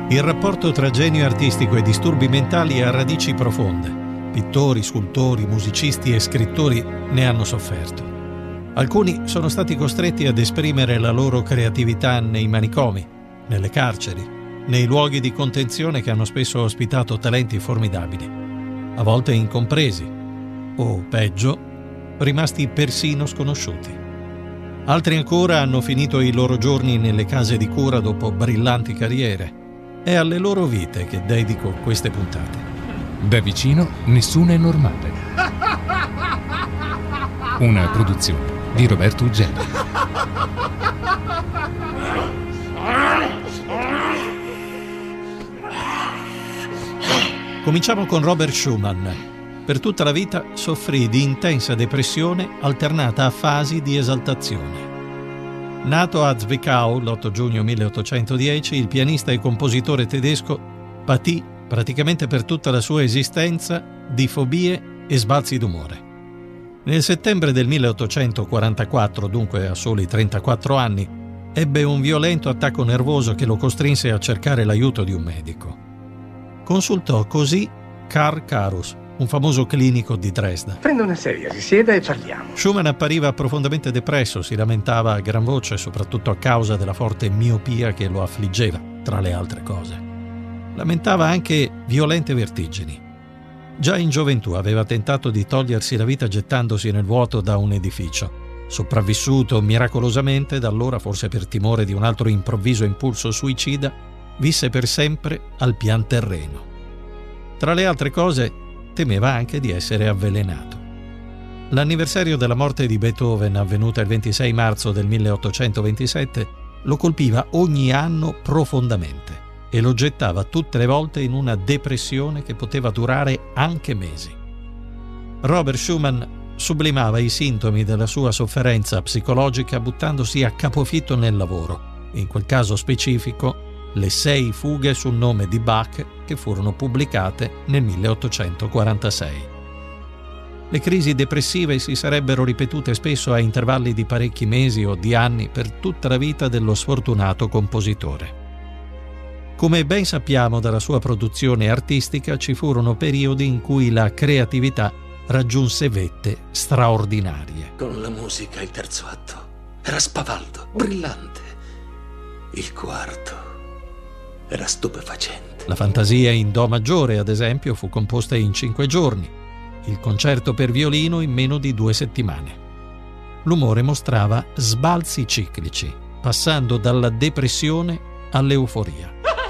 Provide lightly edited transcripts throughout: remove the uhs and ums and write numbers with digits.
Il rapporto tra genio artistico e disturbi mentali ha radici profonde. Pittori, scultori, musicisti e scrittori ne hanno sofferto. Alcuni sono stati costretti ad esprimere la loro creatività nei manicomi, nelle carceri, nei luoghi di contenzione che hanno spesso ospitato talenti formidabili, a volte incompresi o, peggio, rimasti persino sconosciuti. Altri ancora hanno finito i loro giorni nelle case di cura dopo brillanti carriere. È alle loro vite che dedico queste puntate. Da vicino nessuno è normale. Una produzione di Roberto Uggelli. Cominciamo con Robert Schumann. Per tutta la vita soffrì di intensa depressione alternata a fasi di esaltazione. Nato a Zwickau l'8 giugno 1810, il pianista e compositore tedesco patì praticamente per tutta la sua esistenza di fobie e sbalzi d'umore. Nel settembre del 1844, dunque a soli 34 anni, ebbe un violento attacco nervoso che lo costrinse a cercare l'aiuto di un medico. Consultò così Karl Karus, un famoso clinico di Dresda. Prenda una sedia, si sieda e parliamo. Schumann appariva profondamente depresso, si lamentava a gran voce, soprattutto a causa della forte miopia che lo affliggeva, tra le altre cose. Lamentava anche violente vertigini. Già in gioventù aveva tentato di togliersi la vita gettandosi nel vuoto da un edificio. Sopravvissuto miracolosamente, da allora, forse per timore di un altro improvviso impulso suicida, visse per sempre al pian terreno. Tra le altre cose, temeva anche di essere avvelenato. L'anniversario della morte di Beethoven, avvenuta il 26 marzo del 1827, lo colpiva ogni anno profondamente e lo gettava tutte le volte in una depressione che poteva durare anche mesi. Robert Schumann sublimava i sintomi della sua sofferenza psicologica buttandosi a capofitto nel lavoro, in quel caso specifico le 6 fughe sul nome di Bach che furono pubblicate nel 1846. Le crisi depressive si sarebbero ripetute spesso a intervalli di parecchi mesi o di anni per tutta la vita dello sfortunato compositore. Come ben sappiamo dalla sua produzione artistica, ci furono periodi in cui la creatività raggiunse vette straordinarie. Con la musica il terzo atto era spavaldo, brillante. Il quarto era stupefacente. La fantasia in do maggiore, ad esempio, fu composta in 5 giorni, il concerto per violino in meno di 2 settimane. L'umore mostrava sbalzi ciclici, passando dalla depressione all'euforia.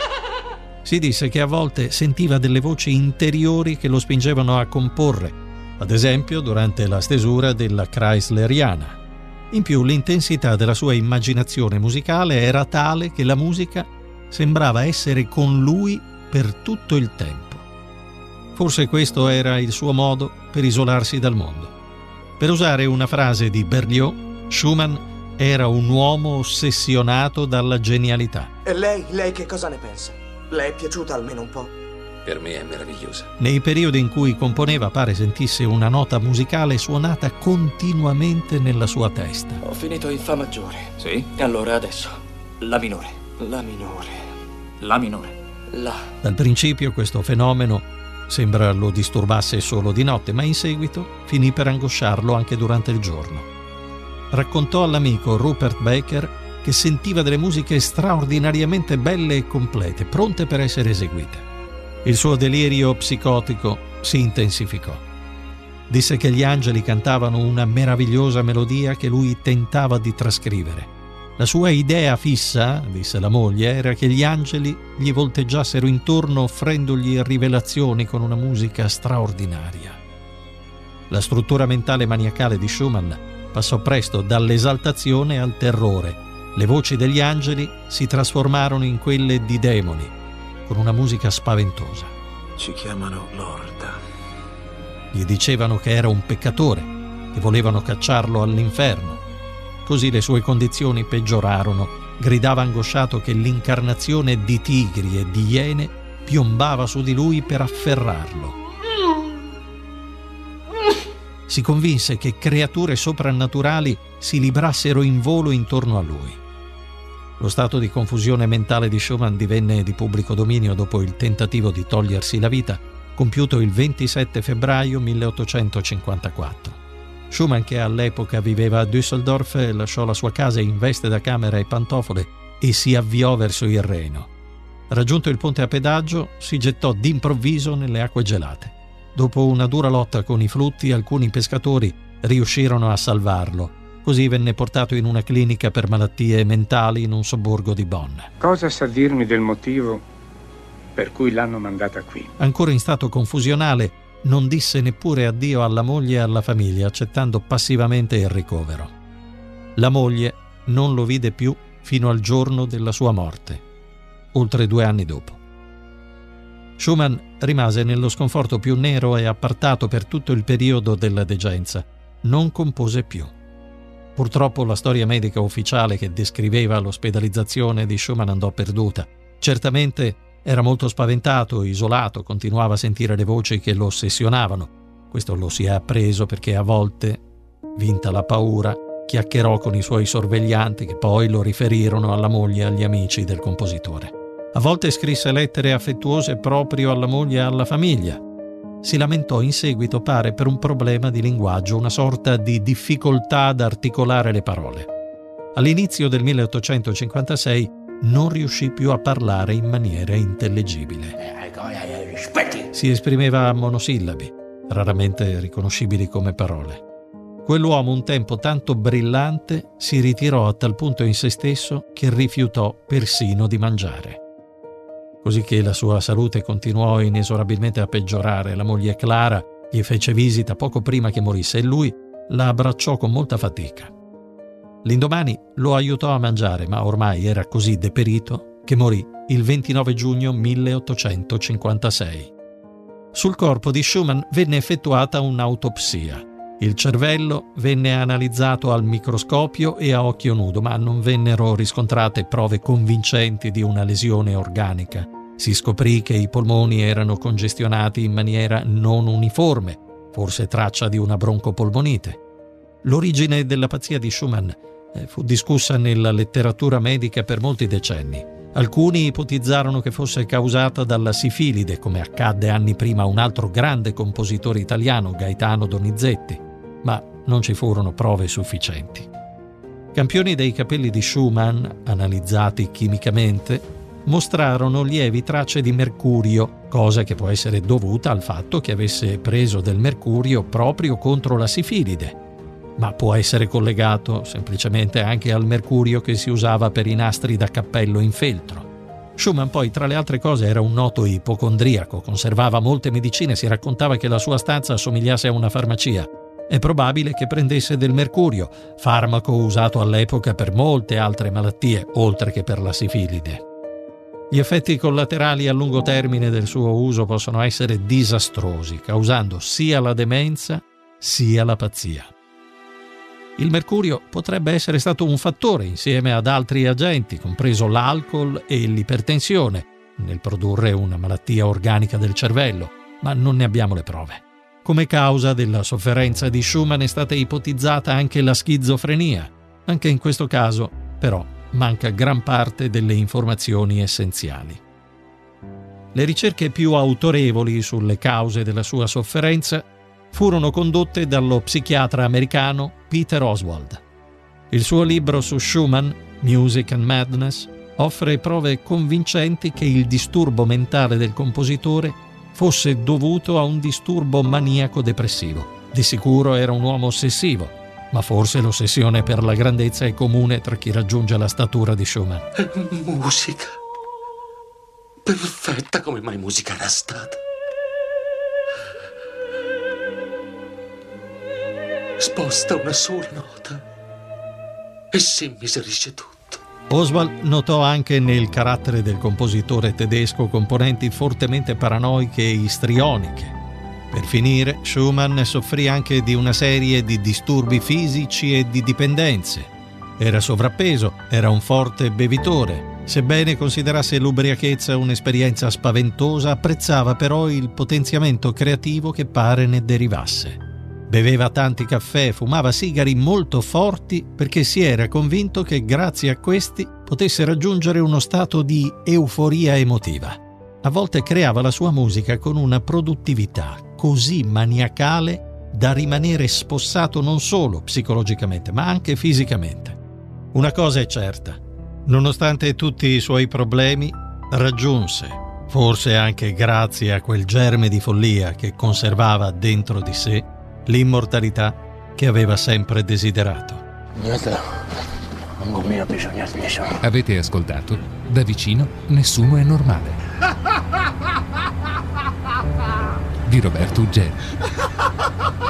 Si disse che a volte sentiva delle voci interiori che lo spingevano a comporre, ad esempio durante la stesura della Chrysleriana. In più, l'intensità della sua immaginazione musicale era tale che la musica sembrava essere con lui per tutto il tempo. Forse questo era il suo modo per isolarsi dal mondo. Per usare una frase di Berlioz, Schumann era un uomo ossessionato dalla genialità. E lei che cosa ne pensa? Le è piaciuta almeno un po'? Per me è meravigliosa. Nei periodi in cui componeva pare sentisse una nota musicale suonata continuamente nella sua testa. Ho finito in fa maggiore. Sì? Allora adesso, la minore. La minore. La minore. La. Dal principio questo fenomeno sembra lo disturbasse solo di notte, ma in seguito finì per angosciarlo anche durante il giorno. Raccontò all'amico Rupert Baker che sentiva delle musiche straordinariamente belle e complete, pronte per essere eseguite. Il suo delirio psicotico si intensificò. Disse che gli angeli cantavano una meravigliosa melodia che lui tentava di trascrivere. La sua idea fissa, disse la moglie, era che gli angeli gli volteggiassero intorno offrendogli rivelazioni con una musica straordinaria. La struttura mentale maniacale di Schumann passò presto dall'esaltazione al terrore. Le voci degli angeli si trasformarono in quelle di demoni, con una musica spaventosa. Ci chiamano Lorda. Gli dicevano che era un peccatore, che volevano cacciarlo all'inferno. Così le sue condizioni peggiorarono. Gridava angosciato che l'incarnazione di tigri e di iene piombava su di lui per afferrarlo. Si convinse che creature soprannaturali si librassero in volo intorno a lui. Lo stato di confusione mentale di Schumann divenne di pubblico dominio dopo il tentativo di togliersi la vita, compiuto il 27 febbraio 1854. Schumann, che all'epoca viveva a Düsseldorf, lasciò la sua casa in veste da camera e pantofole e si avviò verso il Reno. Raggiunto il ponte a pedaggio, si gettò d'improvviso nelle acque gelate. Dopo una dura lotta con i flutti, alcuni pescatori riuscirono a salvarlo. Così venne portato in una clinica per malattie mentali in un sobborgo di Bonn. Cosa sa dirmi del motivo per cui l'hanno mandata qui? Ancora in stato confusionale, non disse neppure addio alla moglie e alla famiglia, accettando passivamente il ricovero. La moglie non lo vide più fino al giorno della sua morte, oltre 2 anni dopo. Schumann rimase nello sconforto più nero e appartato per tutto il periodo della degenza. Non compose più. Purtroppo la storia medica ufficiale che descriveva l'ospedalizzazione di Schumann andò perduta. Certamente era molto spaventato, isolato, continuava a sentire le voci che lo ossessionavano. Questo lo si è appreso perché a volte, vinta la paura, chiacchierò con i suoi sorveglianti che poi lo riferirono alla moglie e agli amici del compositore. A volte scrisse lettere affettuose proprio alla moglie e alla famiglia. Si lamentò in seguito, pare, per un problema di linguaggio, una sorta di difficoltà ad articolare le parole. All'inizio del 1856 non riuscì più a parlare in maniera intellegibile. Si esprimeva a monosillabi, raramente riconoscibili come parole. Quell'uomo, un tempo tanto brillante, si ritirò a tal punto in se stesso che rifiutò persino di mangiare. Così che la sua salute continuò inesorabilmente a peggiorare. La moglie Clara gli fece visita poco prima che morisse e lui la abbracciò con molta fatica. L'indomani lo aiutò a mangiare, ma ormai era così deperito che morì il 29 giugno 1856. Sul corpo di Schumann venne effettuata un'autopsia. Il cervello venne analizzato al microscopio e a occhio nudo, ma non vennero riscontrate prove convincenti di una lesione organica. Si scoprì che i polmoni erano congestionati in maniera non uniforme, forse traccia di una broncopolmonite. L'origine della pazzia di Schumann fu discussa nella letteratura medica per molti decenni. Alcuni ipotizzarono che fosse causata dalla sifilide, come accadde anni prima a un altro grande compositore italiano, Gaetano Donizetti, ma non ci furono prove sufficienti. Campioni dei capelli di Schumann, analizzati chimicamente, mostrarono lievi tracce di mercurio, cosa che può essere dovuta al fatto che avesse preso del mercurio proprio contro la sifilide, ma può essere collegato semplicemente anche al mercurio che si usava per i nastri da cappello in feltro. Schumann poi, tra le altre cose, era un noto ipocondriaco, conservava molte medicine, si raccontava che la sua stanza assomigliasse a una farmacia. È probabile che prendesse del mercurio, farmaco usato all'epoca per molte altre malattie, oltre che per la sifilide. Gli effetti collaterali a lungo termine del suo uso possono essere disastrosi, causando sia la demenza sia la pazzia. Il mercurio potrebbe essere stato un fattore, insieme ad altri agenti, compreso l'alcol e l'ipertensione, nel produrre una malattia organica del cervello, ma non ne abbiamo le prove. Come causa della sofferenza di Schumann è stata ipotizzata anche la schizofrenia. Anche in questo caso, però, manca gran parte delle informazioni essenziali. Le ricerche più autorevoli sulle cause della sua sofferenza furono condotte dallo psichiatra americano Peter Oswald. Il suo libro su Schumann, Music and Madness, offre prove convincenti che il disturbo mentale del compositore fosse dovuto a un disturbo maniaco-depressivo. Di sicuro era un uomo ossessivo, ma forse l'ossessione per la grandezza è comune tra chi raggiunge la statura di Schumann. Musica. Perfetta come mai musica era stata. Sposta una sola nota e si immiserisce tutto. Oswald notò anche nel carattere del compositore tedesco componenti fortemente paranoiche e istrioniche. Per finire, Schumann soffrì anche di una serie di disturbi fisici e di dipendenze. Era sovrappeso, era un forte bevitore. Sebbene considerasse l'ubriachezza un'esperienza spaventosa, apprezzava però il potenziamento creativo che pare ne derivasse. Beveva tanti caffè, fumava sigari molto forti perché si era convinto che grazie a questi potesse raggiungere uno stato di euforia emotiva. A volte creava la sua musica con una produttività così maniacale da rimanere spossato non solo psicologicamente, ma anche fisicamente. Una cosa è certa: nonostante tutti i suoi problemi, raggiunse, forse anche grazie a quel germe di follia che conservava dentro di sé, l'immortalità che aveva sempre desiderato. Avete ascoltato Da vicino nessuno è normale di Roberto Uggeri.